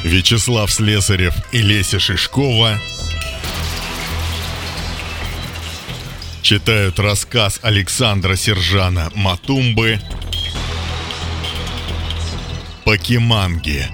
Вячеслав Слесарев и Леся Шишкова читают рассказ Александра Сержана Матумбы «Покеманги».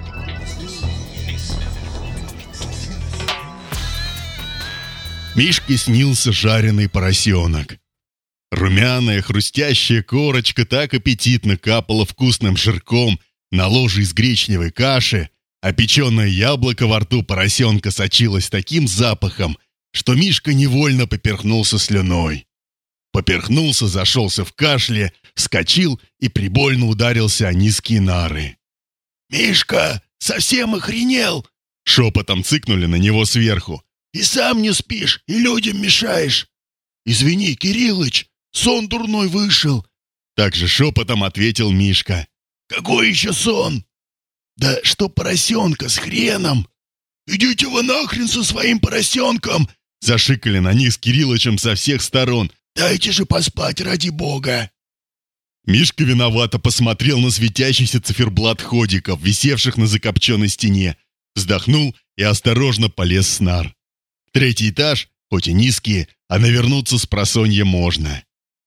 Мишке снился жареный поросенок. Румяная хрустящая корочка так аппетитно капала вкусным жирком на ложе из гречневой каши, а печеное яблоко во рту поросенка сочилось таким запахом, что Мишка невольно поперхнулся слюной. Поперхнулся, зашелся в кашле, вскочил и прибольно ударился о низкие нары. «Мишка, совсем охренел!» — шепотом цыкнули на него сверху. «И сам не спишь, и людям мешаешь!» «Извини, Кириллыч, сон дурной вышел!» Также шепотом ответил Мишка. «Какой еще сон?» «Да что поросенка с хреном!» «Идите вы нахрен со своим поросенком!» Зашикали на них с Кириллычем со всех сторон. «Дайте же поспать, ради бога!» Мишка виновато посмотрел на светящийся циферблат ходиков, висевших на закопченной стене, вздохнул и осторожно полез с нар. Третий этаж, хоть и низкий, а навернуться с просонья можно.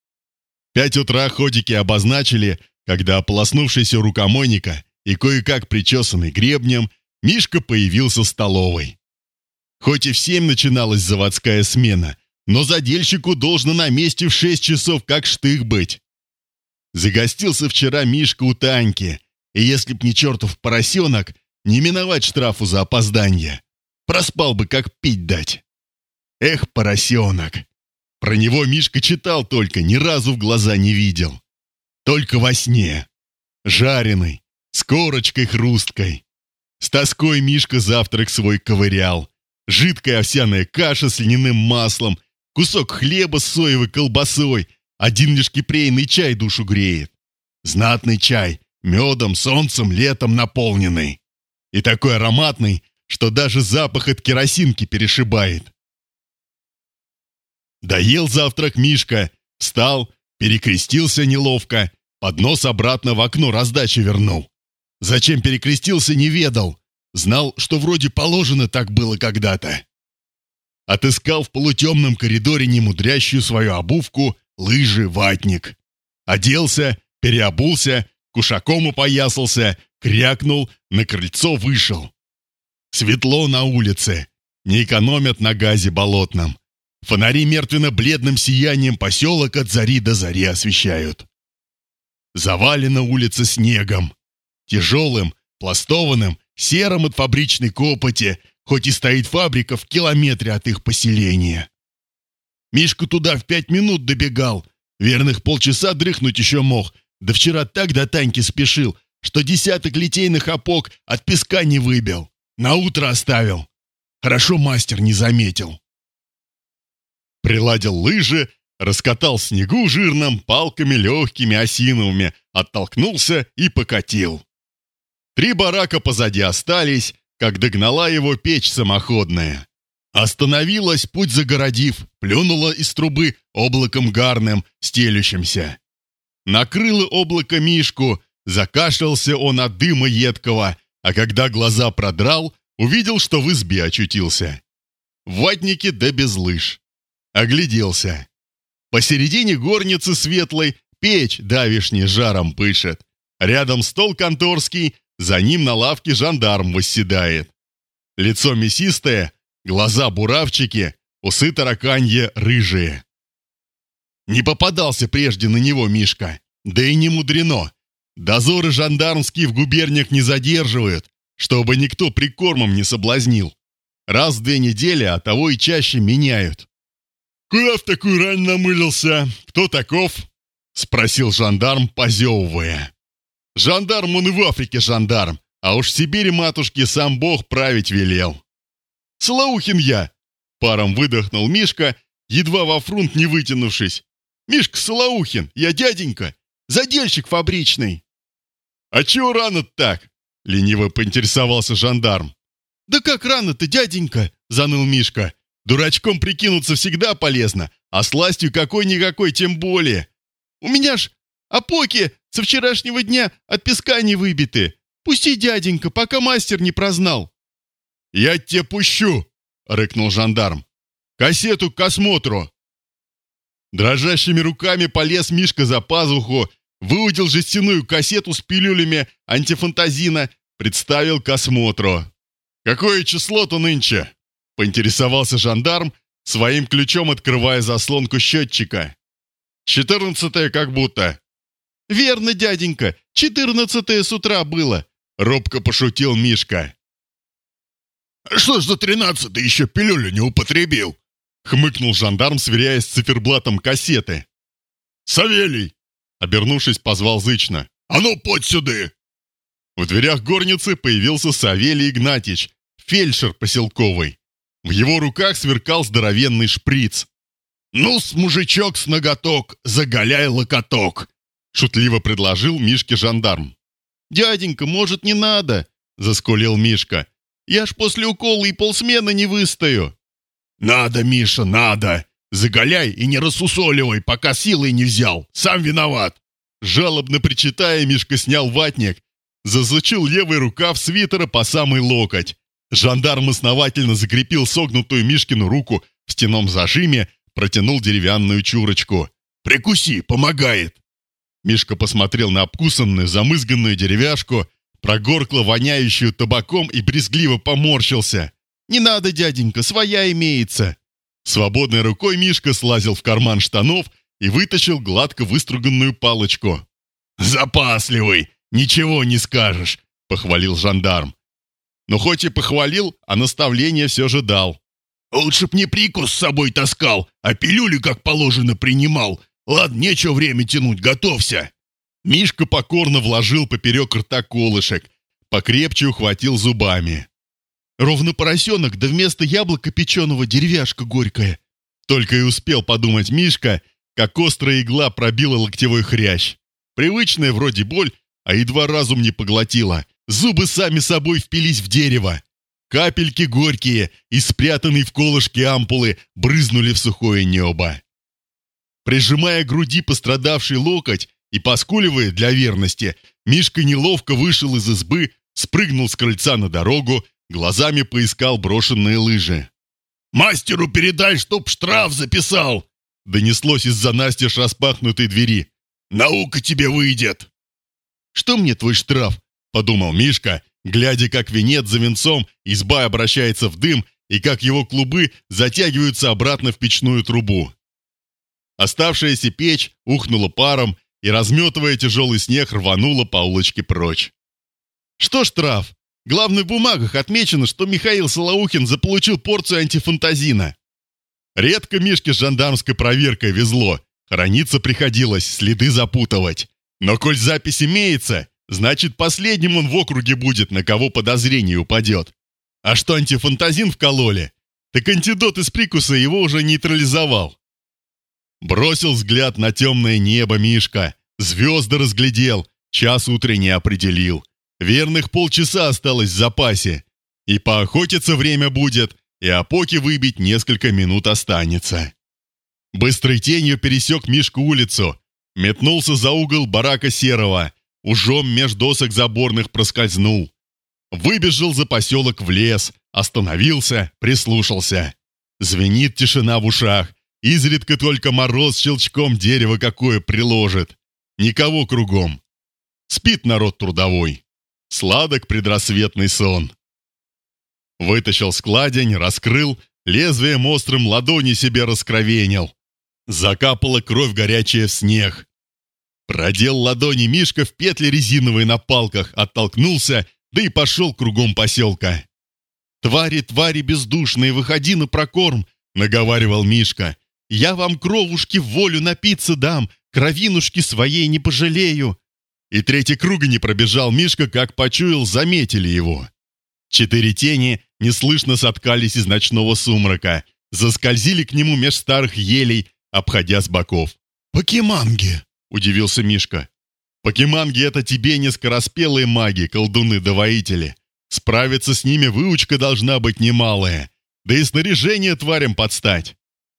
5 утра ходики обозначили, когда ополоснувшийся у рукомойника и кое-как причесанный гребнем, Мишка появился в столовой. Хоть и в 7 начиналась заводская смена, но задельщику должно на месте в 6 часов как штык быть. Загостился вчера Мишка у Таньки, и если б не чертов поросенок, не миновать штрафу за опоздание. Проспал бы, как пить дать. Эх, поросенок. Про него Мишка читал только, ни разу в глаза не видел. Только во сне. Жареный, с корочкой хрусткой. С тоской Мишка завтрак свой ковырял. Жидкая овсяная каша с льняным маслом, кусок хлеба с соевой колбасой, один лишь кипрейный чай душу греет. Знатный чай, медом, солнцем, летом наполненный. И такой ароматный, что даже запах от керосинки перешибает. Доел завтрак Мишка, встал, перекрестился неловко, поднос обратно в окно раздачи вернул. Зачем перекрестился, не ведал. Знал, что вроде положено так было когда-то. Отыскал в полутемном коридоре немудрящую свою обувку, лыжи, ватник. Оделся, переобулся, кушаком упоясался, крякнул, на крыльцо вышел. Светло на улице, не экономят на газе болотном. Фонари мертвенно-бледным сиянием поселок от зари до зари освещают. Завалена улица снегом. Тяжелым, пластованным, серым от фабричной копоти, хоть и стоит фабрика в километре от их поселения. Мишка туда в 5 минут добегал, верных полчаса дрыхнуть еще мог, да вчера так до Таньки спешил, что десяток литейных опок от песка не выбил. На утро оставил. Хорошо мастер не заметил. Приладил лыжи, раскатал в снегу жирным, палками легкими осиновыми, оттолкнулся и покатил. 3 барака позади остались, как догнала его печь самоходная. Остановилась, путь загородив, плюнула из трубы облаком гарным, стелющимся. Накрыло облако Мишку, закашлялся он от дыма едкого, а когда глаза продрал, увидел, что в избе очутился. В ватнике да без лыж. Огляделся. Посередине горницы светлой печь давишний жаром пышет. Рядом стол конторский, за ним на лавке жандарм восседает. Лицо мясистое, глаза буравчики, усы тараканье рыжие. Не попадался прежде на него Мишка, да и не мудрено. Дозоры жандармские в губерниях не задерживают, чтобы никто прикормом не соблазнил. Раз в 2 недели, а того и чаще меняют. «Куда в такую рань намылился? Кто таков?» — спросил жандарм, позевывая. «Жандарм он и в Африке жандарм, а уж в Сибири матушке сам Бог править велел». «Слаухин я!» — паром выдохнул Мишка, едва во фрунт не вытянувшись. «Мишка Слаухин, я дяденька, задельщик фабричный». «А чего рано так?» — лениво поинтересовался жандарм. «Да как рано-то, дяденька?» — заныл Мишка. «Дурачком прикинуться всегда полезно, а сластью какой-никакой тем более. У меня ж опоки со вчерашнего дня от песка не выбиты. Пусти, дяденька, пока мастер не прознал». «Я тебе пущу», — рыкнул жандарм. «Кассету к осмотру». Дрожащими руками полез Мишка за пазуху, выудил жестяную кассету с пилюлями антифантазина, представил к осмотру. «Какое число-то нынче?» — поинтересовался жандарм, своим ключом открывая заслонку счетчика. 14-е как будто. «Верно, дяденька, 14-е с утра было», — робко пошутил Мишка. «Что ж за 13-й еще пилюлю не употребил?» — хмыкнул жандарм, сверяясь с циферблатом кассеты. «Савелий!» — обернувшись, позвал зычно. «А ну, подь сюда!» В дверях горницы появился Савелий Игнатьич, фельдшер поселковый. В его руках сверкал здоровенный шприц. «Ну-с, мужичок с ноготок, заголяй локоток!» — шутливо предложил Мишке жандарм. «Дяденька, может, не надо?» — заскулил Мишка. «Я ж после укола и полсмены не выстою». «Надо, Миша, надо! Заголяй и не рассусоливай, пока силой не взял. Сам виноват!» Жалобно причитая, Мишка снял ватник, засучил левый рукав свитера по самый локоть. Жандарм основательно закрепил согнутую Мишкину руку в стенном зажиме, протянул деревянную чурочку. «Прикуси, помогает!» Мишка посмотрел на обкусанную, замызганную деревяшку, прогоркло воняющую табаком и брезгливо поморщился. «Не надо, дяденька, своя имеется». Свободной рукой Мишка слазил в карман штанов и вытащил гладко выструганную палочку. «Запасливый, ничего не скажешь», — похвалил жандарм. Но хоть и похвалил, а наставление все же дал. «Лучше б не прикус с собой таскал, а пилюли, как положено, принимал. Ладно, нечего время тянуть, готовься». Мишка покорно вложил поперек рта колышек, покрепче ухватил зубами. «Ровно поросенок, да вместо яблока печеного деревяшка горькая». Только и успел подумать Мишка, как острая игла пробила локтевой хрящ. Привычная вроде боль, а едва разум не поглотила. Зубы сами собой впились в дерево. Капельки горькие и спрятанные в колышке ампулы брызнули в сухое небо. Прижимая к груди пострадавший локоть и поскуливая для верности, Мишка неловко вышел из избы, спрыгнул с крыльца на дорогу, глазами поискал брошенные лыжи. «Мастеру передай, чтоб штраф записал!» Донеслось из-за настежь распахнутой двери. «Наука тебе выйдет!» «Что мне твой штраф?» — подумал Мишка, глядя, как венец за венцом изба обращается в дым и как его клубы затягиваются обратно в печную трубу. Оставшаяся печь ухнула паром и, разметывая тяжелый снег, рванула по улочке прочь. «Что штраф? Главное, в бумагах отмечено, что Михаил Солоухин заполучил порцию антифантазина». Редко Мишке с жандармской проверкой везло. Хорониться приходилось, следы запутывать. Но коль запись имеется, значит, последним он в округе будет, на кого подозрение упадет. А что антифантазин вкололи? Так антидот из прикуса его уже нейтрализовал. Бросил взгляд на темное небо Мишка. Звезды разглядел, час утренний определил. Верных полчаса осталось в запасе. И поохотиться время будет, и опоки выбить несколько минут останется. Быстрой тенью пересек Мишка улицу. Метнулся за угол барака Серого. Ужом меж досок заборных проскользнул. Выбежал за поселок в лес. Остановился, прислушался. Звенит тишина в ушах. Изредка только мороз щелчком дерево какое приложит. Никого кругом. Спит народ трудовой. Сладок предрассветный сон. Вытащил складень, раскрыл, лезвием острым ладони себе раскровенил. Закапала кровь горячая в снег. Продел ладони Мишка в петли резиновые на палках, оттолкнулся, да и пошел кругом поселка. «Твари, твари бездушные, выходи на прокорм!» — наговаривал Мишка. «Я вам кровушки в волю напиться дам, кровинушки своей не пожалею!» И третий круга не пробежал Мишка, как почуял, заметили его. 4 тени неслышно соткались из ночного сумрака, заскользили к нему меж старых елей, обходя с боков. «Покеманги!» — удивился Мишка. «Покеманги — это тебе не скороспелые маги, колдуны-довоители. Справиться с ними выучка должна быть немалая, да и снаряжение тварям подстать».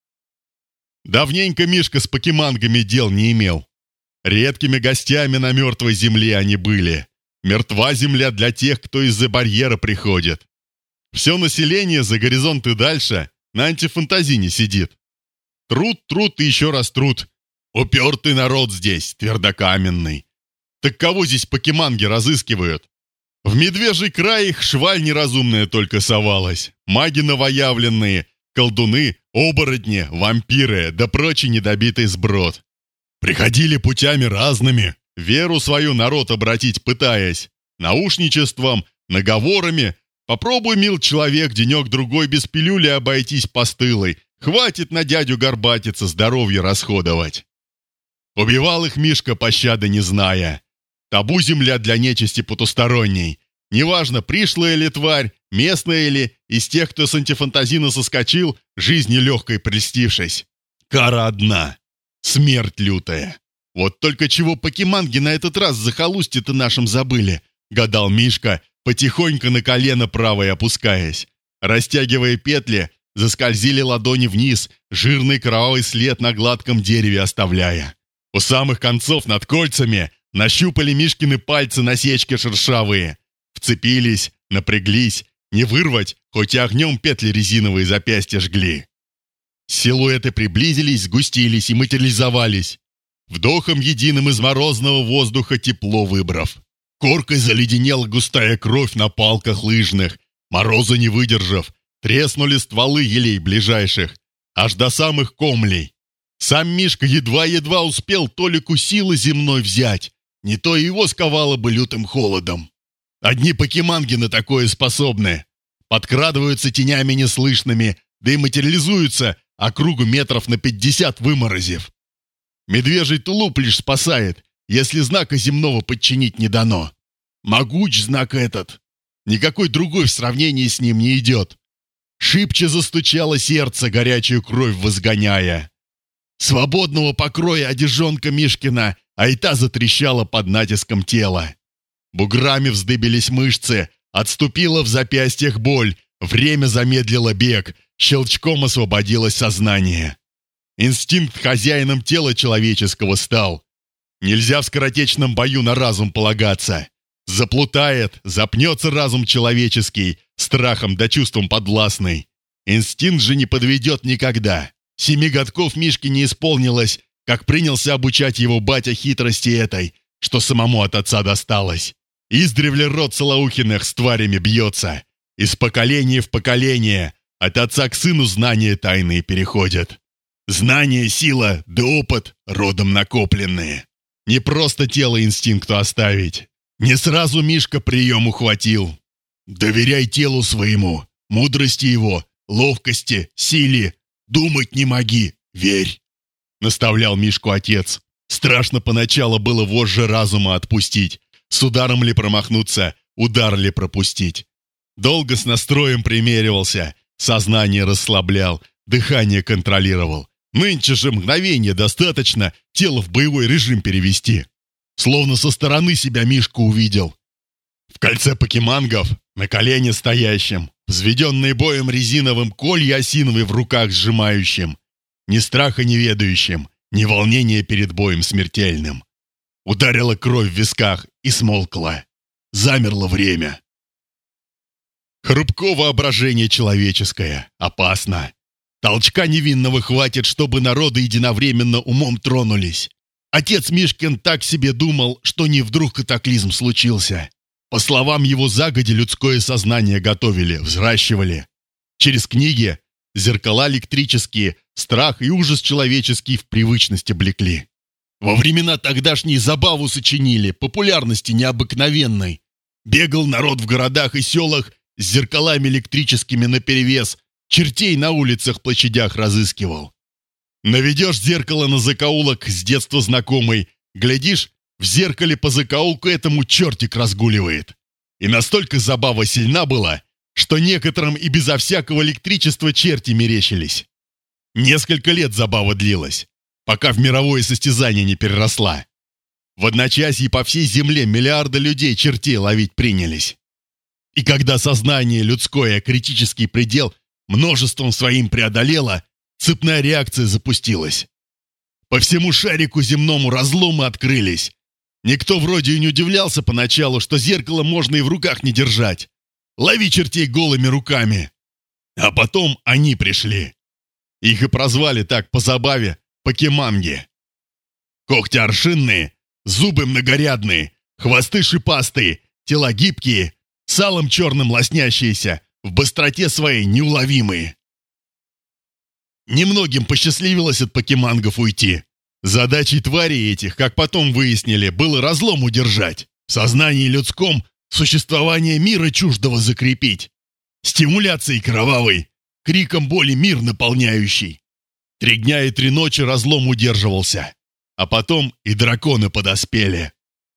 Давненько Мишка с покемангами дел не имел. Редкими гостями на мертвой земле они были. Мертва земля для тех, кто из-за барьера приходит. Все население за горизонт и дальше на антифантазине сидит. Труд, труд и еще раз труд. Упертый народ здесь, твердокаменный. Так кого здесь покеманги разыскивают? В Медвежий край их шваль неразумная только совалась. Маги новоявленные, колдуны, оборотни, вампиры, да прочий недобитый сброд. Приходили путями разными, веру свою народ обратить пытаясь. Наушничеством, наговорами. Попробуй, мил человек, денек-другой без пилюли обойтись постылой. Хватит на дядю горбатиться, здоровье расходовать. Убивал их Мишка, пощады не зная. Табу земля для нечисти потусторонней. Неважно, пришлая ли тварь, местная ли, из тех, кто с антифантазина соскочил, жизни легкой прельстившись. Кара одна. Смерть лютая. Вот только чего покеманги на этот раз захолустье-то нашим забыли, гадал Мишка, потихоньку на колено правое опускаясь. Растягивая петли, заскользили ладони вниз, жирный кровавый след на гладком дереве оставляя. У самых концов над кольцами нащупали Мишкины пальцы насечки шершавые. Вцепились, напряглись, не вырвать, хоть и огнем петли резиновые запястья жгли. Силуэты приблизились, сгустились и материализовались, вдохом единым из морозного воздуха тепло выбрав. Коркой заледенела густая кровь на палках лыжных, мороза не выдержав, треснули стволы елей ближайших, аж до самых комлей. Сам Мишка едва-едва успел толику силы земной взять, не то его сковало бы лютым холодом. Одни покеманги на такое способны. Подкрадываются тенями неслышными, да и материализуются округу метров на 50 выморозив. Медвежий тулуп лишь спасает, если знака земного подчинить не дано. Могуч знак этот. Никакой другой в сравнении с ним не идет. Шибче застучало сердце, горячую кровь возгоняя. Свободного покроя одежонка Мишкина, а и та затрещала под натиском тела. Буграми вздыбились мышцы, отступила в запястьях боль, время замедлило бег, щелчком освободилось сознание. Инстинкт хозяином тела человеческого стал. Нельзя в скоротечном бою на разум полагаться. Заплутает, запнется разум человеческий, страхом да чувством подвластный. Инстинкт же не подведет никогда. 7 годков Мишке не исполнилось, как принялся обучать его батя хитрости этой, что самому от отца досталось. Издревле род Солоухиных с тварями бьется. Из поколения в поколение от отца к сыну знания тайные переходят. Знание, сила да опыт родом накопленные. Не просто тело инстинкту оставить. Не сразу Мишка прием ухватил. Доверяй телу своему, мудрости его, ловкости, силе. Думать не моги, верь, наставлял Мишку отец. Страшно поначалу было вожжи разума отпустить. С ударом ли промахнуться, удар ли пропустить. Долго с настроем примеривался, сознание расслаблял, дыхание контролировал. Нынче же мгновение достаточно тело в боевой режим перевести. Словно со стороны себя Мишка увидел. В кольце покемангов, на колене стоящем, взведенный боем резиновым колья осиновый в руках сжимающим, ни страха не ведающим, ни волнения перед боем смертельным. Ударила кровь в висках и смолкла. Замерло время. Хрупко воображение человеческое, опасно. Толчка невинного хватит, чтобы народы единовременно умом тронулись. Отец Мишкин так себе думал, что не вдруг катаклизм случился. По словам его, загоди людское сознание готовили, взращивали. Через книги, зеркала электрические, страх и ужас человеческий в привычности блекли. Во времена тогдашней забаву сочинили, популярности необыкновенной. Бегал народ в городах и селах с зеркалами электрическими наперевес, чертей на улицах, площадях разыскивал. Наведешь зеркало на закоулок с детства знакомый, глядишь, в зеркале по закоулку этому чертик разгуливает. И настолько забава сильна была, что некоторым и безо всякого электричества черти мерещились. Несколько лет забава длилась, пока в мировое состязание не переросла. В одночасье по всей земле миллиарды людей чертей ловить принялись. И когда сознание людское критический предел множеством своим преодолело, цепная реакция запустилась. По всему шарику земному разломы открылись. Никто вроде и не удивлялся поначалу, что зеркало можно и в руках не держать. Лови чертей голыми руками. А потом они пришли. Их и прозвали так по забаве покеманги. Когти аршинные, зубы многорядные, хвосты шипастые, тела гибкие, салом черным лоснящиеся, в быстроте своей неуловимые. Немногим посчастливилось от покемангов уйти. Задачей тварей этих, как потом выяснили, было разлом удержать, в сознании людском существование мира чуждого закрепить, стимуляцией кровавой, криком боли мир наполняющий. 3 дня и 3 ночи разлом удерживался, а потом и драконы подоспели.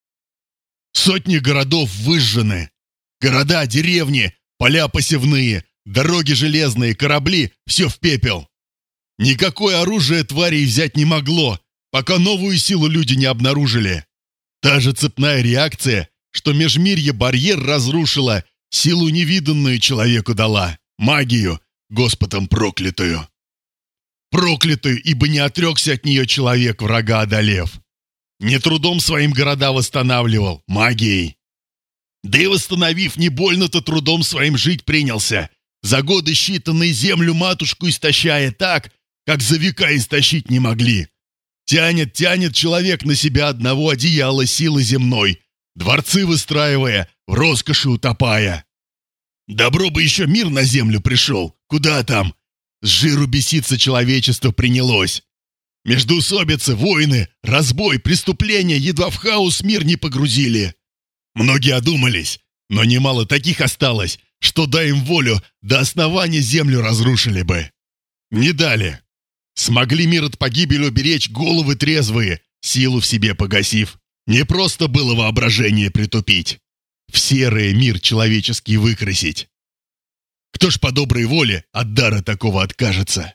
Сотни городов выжжены, города, деревни, поля посевные, дороги железные, корабли — все в пепел. Никакое оружие тварей взять не могло, пока новую силу люди не обнаружили. Та же цепная реакция, что межмирье барьер разрушила, силу невиданную человеку дала, магию, Господом проклятую. Проклятую, ибо не отрекся от нее человек, врага одолев. Не трудом своим города восстанавливал, магией. Да и восстановив, не больно-то трудом своим жить принялся, за годы считанные землю матушку истощая так, как за века истощить не могли. Тянет человек на себя одного одеяла силы земной, дворцы выстраивая, в роскоши утопая. Добро бы еще мир на землю пришел, куда там? С жиру беситься человечество принялось. Междоусобицы, войны, разбой, преступления едва в хаос мир не погрузили. Многие одумались, но немало таких осталось, что, дай им волю, до основания землю разрушили бы. Не дали. Смогли мир от погибели уберечь головы трезвые, силу в себе погасив. Не просто было воображение притупить, в серое мир человеческий выкрасить. Кто ж по доброй воле от дара такого откажется?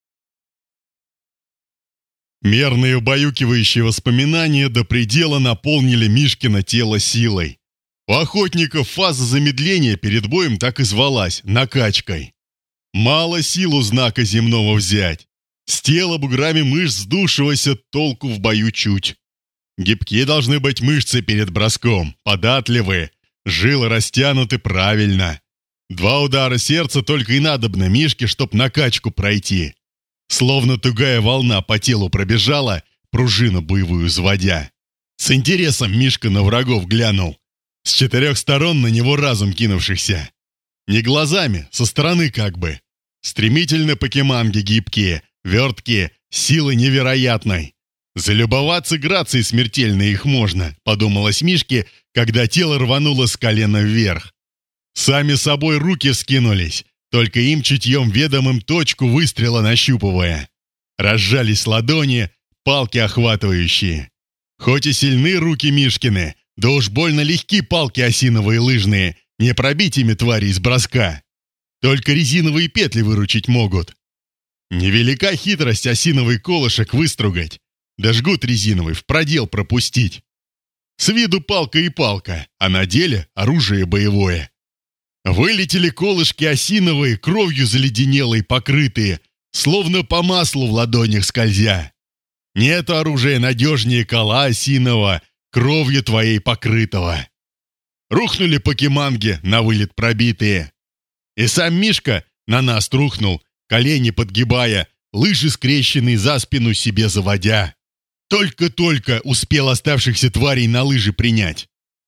Мерные убаюкивающие воспоминания до предела наполнили Мишкино тело силой. У охотников фаза замедления перед боем так и звалась – накачкой. Мало сил у знака земного взять. С тела буграми мышц сдувшегося толку в бою чуть. Гибкие должны быть мышцы перед броском, податливые, жилы растянуты правильно. 2 удара сердца только и надобно Мишке, чтоб накачку пройти. Словно тугая волна по телу пробежала, пружину боевую взводя. С интересом Мишка на врагов глянул. С 4 сторон на него разум кинувшихся. Не глазами, со стороны как бы. Стремительно покеманги гибкие, верткие, силы невероятной. Залюбоваться грацией смертельной их можно, подумалось Мишке, когда тело рвануло с колена вверх. Сами собой руки вскинулись, только им чутьем ведомым точку выстрела нащупывая. Разжались ладони, палки охватывающие. Хоть и сильны руки Мишкины, да уж больно легки палки осиновые лыжные, не пробить ими твари с броска. Только резиновые петли выручить могут. Невелика хитрость осиновый колышек выстругать, да жгут резиновый в продел пропустить. С виду палка и палка, а на деле оружие боевое. Вылетели колышки осиновые, кровью заледенелой покрытые, словно по маслу в ладонях скользя. Нет оружия надежнее кола осиного, кровью твоей покрытого. Рухнули покеманги, на вылет пробитые. И сам Мишка на нас рухнул, колени подгибая, лыжи скрещенные за спину себе заводя. Только-только успел оставшихся тварей на лыжи принять.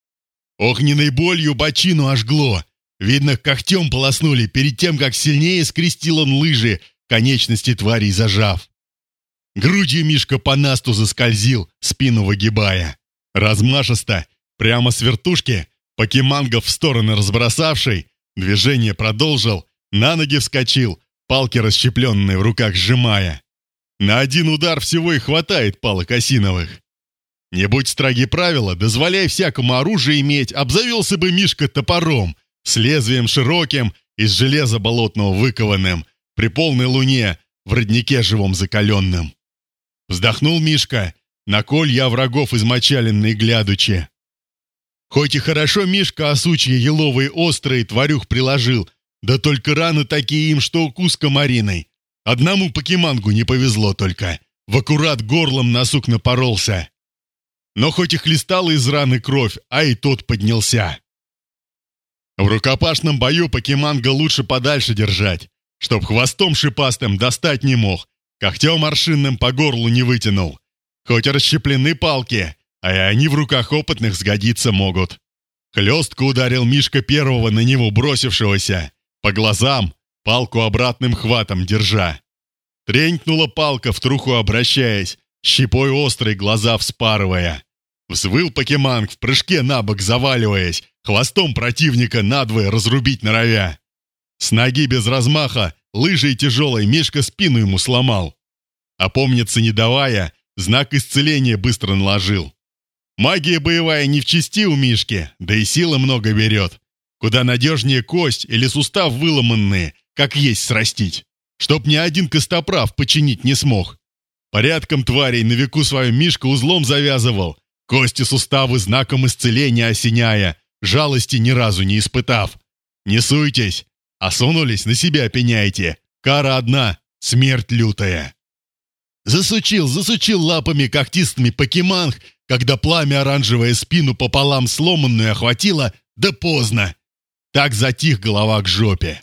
Огненной болью бочину ожгло. Видно, когтем полоснули перед тем, как сильнее скрестил он лыжи, конечности тварей зажав. Грудью Мишка по насту заскользил, спину выгибая. Размашисто, прямо с вертушки, покемангов в стороны разбросавший, движение продолжил, на ноги вскочил, палки расщепленные в руках сжимая. На один удар всего и хватает палок осиновых. Не будь строги правила, дозволяй всякому оружие иметь, обзавелся бы Мишка топором, с лезвием широким, из железа болотного выкованным, при полной луне, в роднике живом закаленным. Вздохнул Мишка, на колья врагов измочаленные глядучи. Хоть и хорошо Мишка осучья еловые острые тварюх приложил, да только раны такие им, что укус комариной. Одному покемангу не повезло только, в аккурат горлом на сук напоролся. Но хоть и хлестала из раны кровь, а и тот поднялся. В рукопашном бою покеманга лучше подальше держать, чтоб хвостом шипастым достать не мог, когтем аршинным по горлу не вытянул. Хоть расщеплены палки, а и они в руках опытных сгодиться могут. Хлестко ударил Мишка первого на него бросившегося, по глазам, палку обратным хватом держа. Тренькнула палка, в труху обращаясь, щепой острой глаза вспарывая. Взвыл покеманг, в прыжке набок заваливаясь, хвостом противника надвое разрубить норовя. С ноги без размаха, лыжей тяжелой Мишка спину ему сломал. Опомниться не давая, знак исцеления быстро наложил. Магия боевая не в чести у Мишки, да и силы много берет. Куда надежнее кость или сустав выломанные, как есть срастить, чтоб ни один костоправ починить не смог. Порядком тварей на веку своем Мишка узлом завязывал, кости суставы знаком исцеления осеняя, жалости ни разу не испытав. Не суйтесь, осунулись, на себя пеняйте. Кара одна — смерть лютая. Засучил лапами когтистыми покеманг, когда пламя оранжевое спину пополам сломанную охватило, да поздно. Так затих голова к жопе.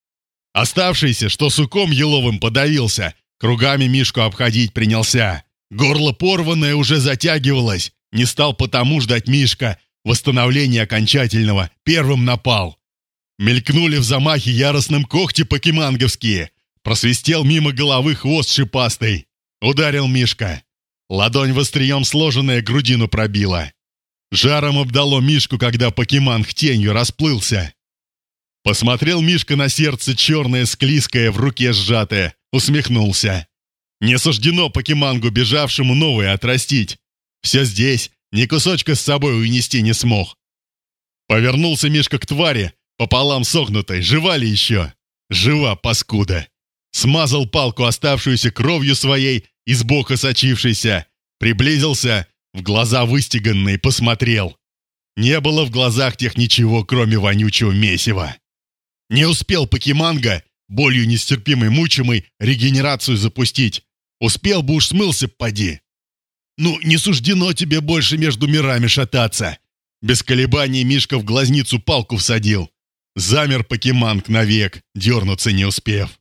Оставшийся, что суком еловым подавился, кругами Мишку обходить принялся. Горло порванное уже затягивалось, не стал потому ждать Мишка. Восстановление окончательного первым напал. Мелькнули в замахе яростном когти покеманговские. Просвистел мимо головы хвост шипастый. Ударил Мишка. Ладонь в острием сложенная грудину пробила. Жаром обдало Мишку, когда покеманг тенью расплылся. Посмотрел Мишка на сердце черное, склизкое, в руке сжатое. Усмехнулся. Не суждено покемангу, бежавшему, новое отрастить. Все здесь, ни кусочка с собой унести не смог. Повернулся Мишка к твари, пополам согнутой, жива ли еще? Жива, паскуда. Смазал палку, оставшуюся кровью своей, из бока сочившейся, приблизился, в глаза выстиганные, посмотрел. Не было в глазах тех ничего, кроме вонючего месива. Не успел покеманга, болью нестерпимой мучимой, регенерацию запустить. Успел бы уж смылся, поди. Ну, не суждено тебе больше между мирами шататься. Без колебаний Мишка в глазницу палку всадил. Замер покеманг навек, дернуться не успев.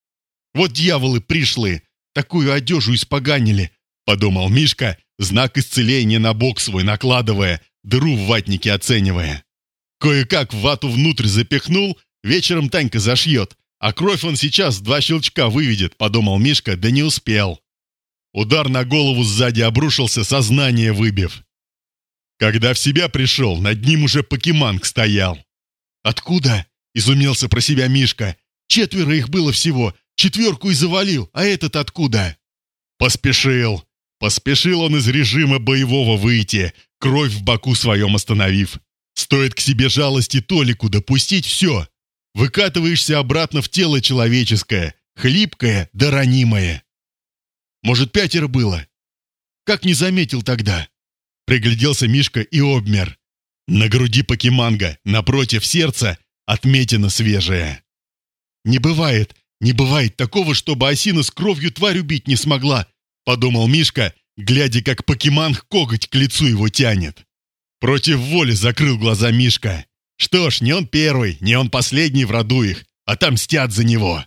Вот дьяволы пришлые, такую одежу испоганили, подумал Мишка, знак исцеления на бок свой накладывая, дыру в ватнике оценивая. Кое-как в вату внутрь запихнул, вечером Танька зашьет, а кровь он сейчас в 2 щелчка выведет, подумал Мишка, да не успел. Удар на голову сзади обрушился, сознание выбив. Когда в себя пришел, над ним уже покеманг стоял. «Откуда?» — изумился про себя Мишка. «4 их было всего, 4 и завалил, а этот откуда?» Поспешил он из режима боевого выйти, кровь в боку своем остановив. Стоит к себе жалости толику допустить, все. Выкатываешься обратно в тело человеческое, хлипкое да ранимое. Может, 5 было? Как не заметил тогда? Пригляделся Мишка и обмер. На груди покеманга, напротив сердца, отметина свежая. Не бывает такого, чтобы осина с кровью тварь убить не смогла, подумал Мишка, глядя, как покеманг коготь к лицу его тянет. Против воли закрыл глаза Мишка. Что ж, не он первый, не он последний в роду их, отомстят за него.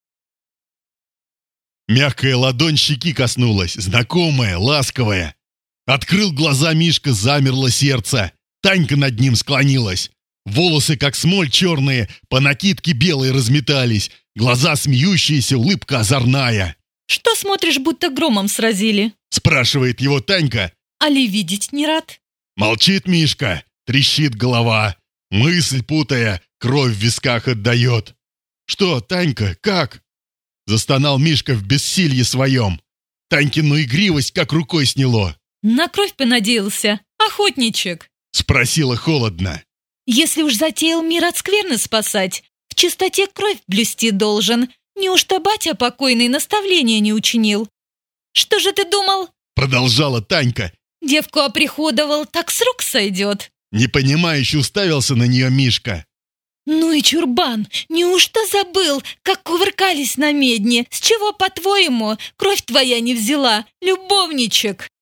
Мягкая ладонь щеки коснулась, знакомая, ласковая. Открыл глаза Мишка, замерло сердце. Танька над ним склонилась. Волосы, как смоль черные, по накидке белой разметались. Глаза смеющиеся, улыбка озорная. «Что смотришь, будто громом сразили?» Спрашивает его Танька. «Али видеть не рад?» Молчит Мишка, трещит голова. Мысль путая, кровь в висках отдает. «Что, Танька, как?» Застонал Мишка в бессилье своем. Танькину игривость как рукой сняло. «На кровь понадеялся, охотничек?» Спросила холодно. «Если уж затеял мир от скверны спасать, в чистоте кровь блюсти должен. Неужто батя покойный наставления не учинил? Что же ты думал?» Продолжала Танька. «Девку оприходовал, так с рук сойдет». Непонимающе уставился на нее Мишка. «Ну и чурбан, неужто забыл, как кувыркались на медне? С чего, по-твоему, кровь твоя не взяла, любовничек?»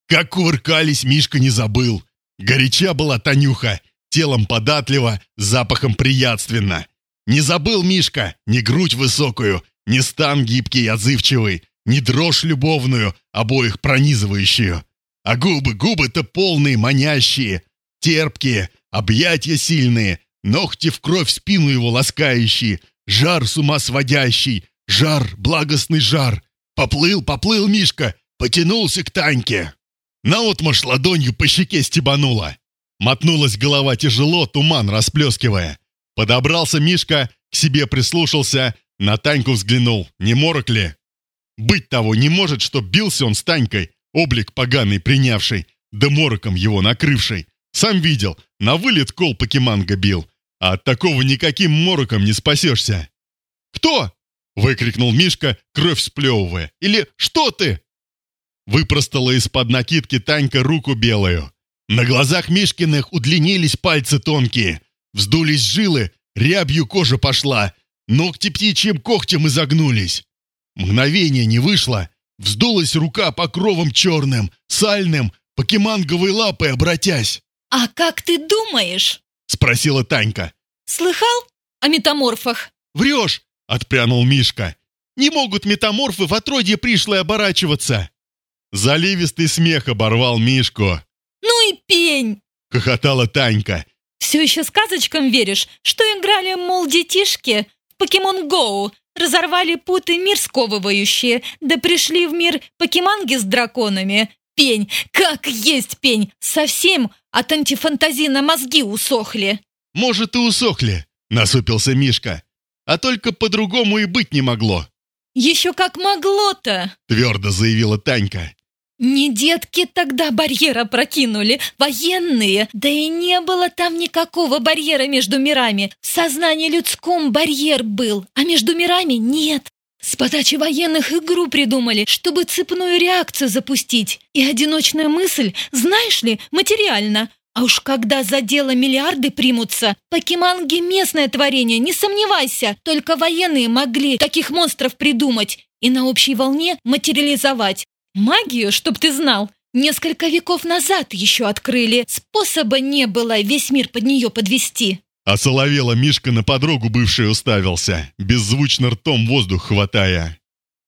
Как кувыркались, Мишка не забыл. Горяча была Танюха, телом податлива, запахом приятственно. Не забыл Мишка ни грудь высокую, ни стан гибкий и отзывчивый, ни дрожь любовную, обоих пронизывающую. А губы-то полные, манящие, терпкие, объятия сильные, ногти в кровь спину его ласкающие, жар с ума сводящий, жар, благостный жар. Поплыл Мишка, потянулся к Таньке. Наотмашь ладонью по щеке стебанула. Мотнулась голова тяжело, туман расплескивая. Подобрался Мишка, к себе прислушался, на Таньку взглянул, не морок ли? Быть того не может, что бился он с Танькой, облик поганый принявший, да мороком его накрывший. Сам видел, на вылет кол покеманга бил, а от такого никаким мороком не спасешься. «Кто?» — выкрикнул Мишка, кровь сплевывая. «Или что ты?» Выпростала из-под накидки Танька руку белую. На глазах Мишкиных удлинились пальцы тонкие, вздулись жилы, рябью кожа пошла, ногти птичьим когтем изогнулись. Мгновение не вышло, вздулась рука покровом черным, сальным, покеманговой лапой обратясь. «А как ты думаешь?» — спросила Танька. «Слыхал о метаморфах?» «Врешь!» — отпрянул Мишка. «Не могут метаморфы в отродье пришлое оборачиваться!» Заливистый смех оборвал Мишку. «Ну и пень!» — хохотала Танька. «Все еще сказочкам веришь, что играли, мол, детишки в Покемон Гоу, разорвали путы мир сковывающие, да пришли в мир покеманги с драконами? Пень, как есть пень, совсем от антифантазина мозги усохли». «Может, и усохли», — насупился Мишка. «А только по-другому и быть не могло». «Еще как могло-то», — твердо заявила Танька. «Не детки тогда барьера прокинули, военные, да и не было там никакого барьера между мирами. В сознании людском барьер был, а между мирами нет. С подачи военных игру придумали, чтобы цепную реакцию запустить. И одиночная мысль, знаешь ли, материальна. А уж когда за дело миллиарды примутся, покеманги местное творение, не сомневайся. Только военные могли таких монстров придумать и на общей волне материализовать. Магию, чтоб ты знал, несколько веков назад еще открыли. Способа не было весь мир под нее подвести». Осоловела Мишка на подругу бывший уставился, беззвучно ртом воздух хватая.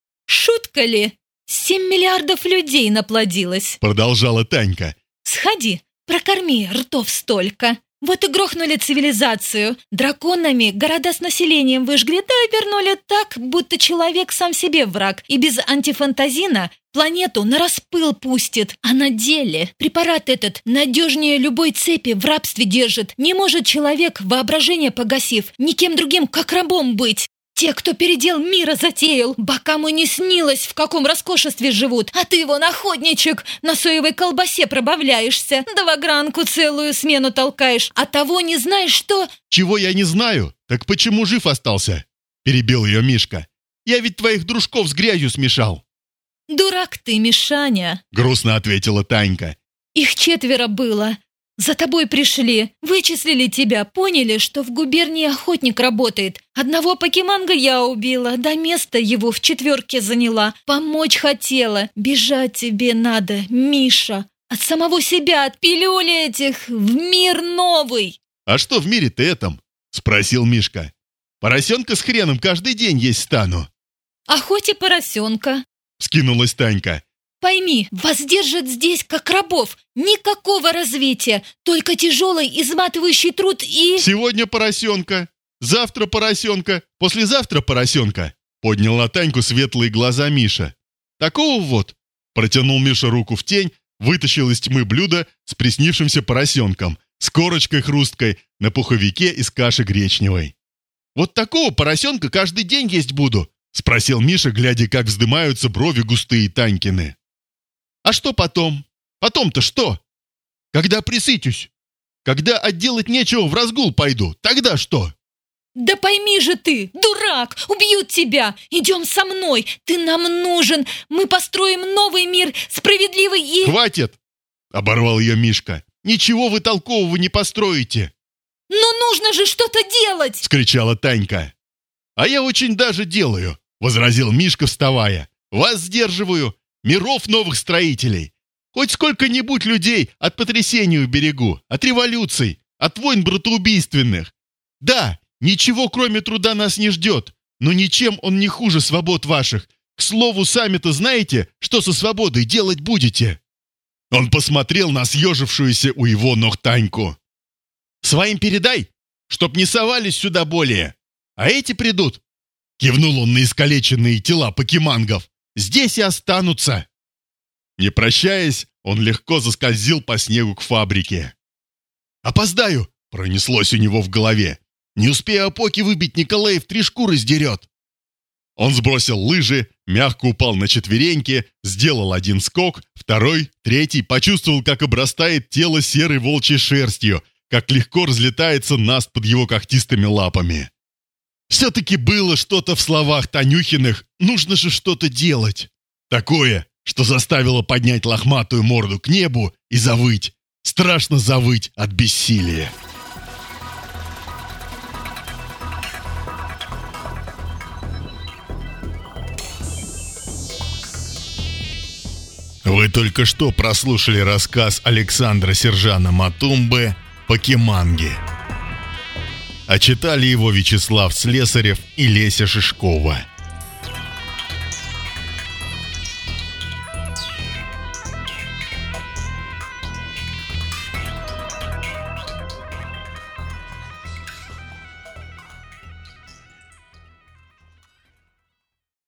«Шутка ли? 7 миллиардов людей наплодилось», — продолжала Танька. «Сходи, прокорми ртов столько. Вот и грохнули цивилизацию. Драконами города с населением выжгли, да обернули так, будто человек сам себе враг. И без антифантазина планету на распыл пустит. А на деле препарат этот надежнее любой цепи в рабстве держит. Не может человек, воображение погасив, никем другим, как рабом быть. Те, кто передел мира затеял, бокам и не снилось, в каком роскошестве живут. А ты, вон, охотничек, на соевой колбасе пробавляешься, да в огранку целую смену толкаешь, а того не знаешь, что...» «Чего я не знаю? Так почему жив остался?» — перебил ее Мишка. «Я ведь твоих дружков с грязью смешал». «Дурак ты, Мишаня!» — грустно ответила Танька. «Их 4 было. За тобой пришли, вычислили тебя, поняли, что в губернии охотник работает. Одного покеманга я убила, да место его в 4 заняла. Помочь хотела. Бежать тебе надо, Миша. От самого себя, от пилюли этих, в мир новый». «А что в мире-то этом?» — спросил Мишка. «Поросенка с хреном каждый день есть стану». «А хоть и поросенка», — вскинулась Танька. «Пойми, вас держат здесь как рабов. Никакого развития, только тяжелый, изматывающий труд и...» «Сегодня поросенка, завтра поросенка, послезавтра поросенка», — поднял на Таньку светлые глаза Миша. «Такого вот», — протянул Миша руку в тень, вытащил из тьмы блюдо с приснившимся поросенком, с корочкой хрусткой на пуховике из каши гречневой. «Вот такого поросенка каждый день есть буду», — спросил Миша, глядя, как вздымаются брови густые Танькины. «А что потом? Потом-то что? Когда присытюсь? Когда отделать нечего, в разгул пойду. Тогда что?» «Да пойми же ты, дурак, убьют тебя! Идем со мной, ты нам нужен! Мы построим новый мир, справедливый и...» «Хватит!» — оборвал ее Мишка. «Ничего вы толкового не построите!» «Но нужно же что-то делать!» — скричала Танька. «А я очень даже делаю!» — возразил Мишка, вставая. «Вас сдерживаю! Миров новых строителей! Хоть сколько-нибудь людей от потрясений уберегу, от революций, от войн братоубийственных. Да, ничего кроме труда нас не ждет, но ничем он не хуже свобод ваших. К слову, сами-то знаете, что со свободой делать будете?» Он посмотрел на съежившуюся у его ног Таньку. «Своим передай, чтоб не совались сюда более. А эти придут». Кивнул он на искалеченные тела покемангов. «Здесь и останутся». Не прощаясь, он легко заскользил по снегу к фабрике. «Опоздаю!» — пронеслось у него в голове. «Не успею опоки выбить, Николаев 3 шкуры сдерет». Он сбросил лыжи, мягко упал на четвереньки, сделал 1 скок, 2, 3, почувствовал, как обрастает тело серой волчьей шерстью, как легко разлетается наст под его когтистыми лапами. Все-таки было что-то в словах Танюхиных, нужно же что-то делать. Такое, что заставило поднять лохматую морду к небу и завыть, страшно завыть от бессилия. Вы только что прослушали рассказ Александра Сержана Матумбы «Покеманги». А читали его Вячеслав Слесарев и Леся Шишкова.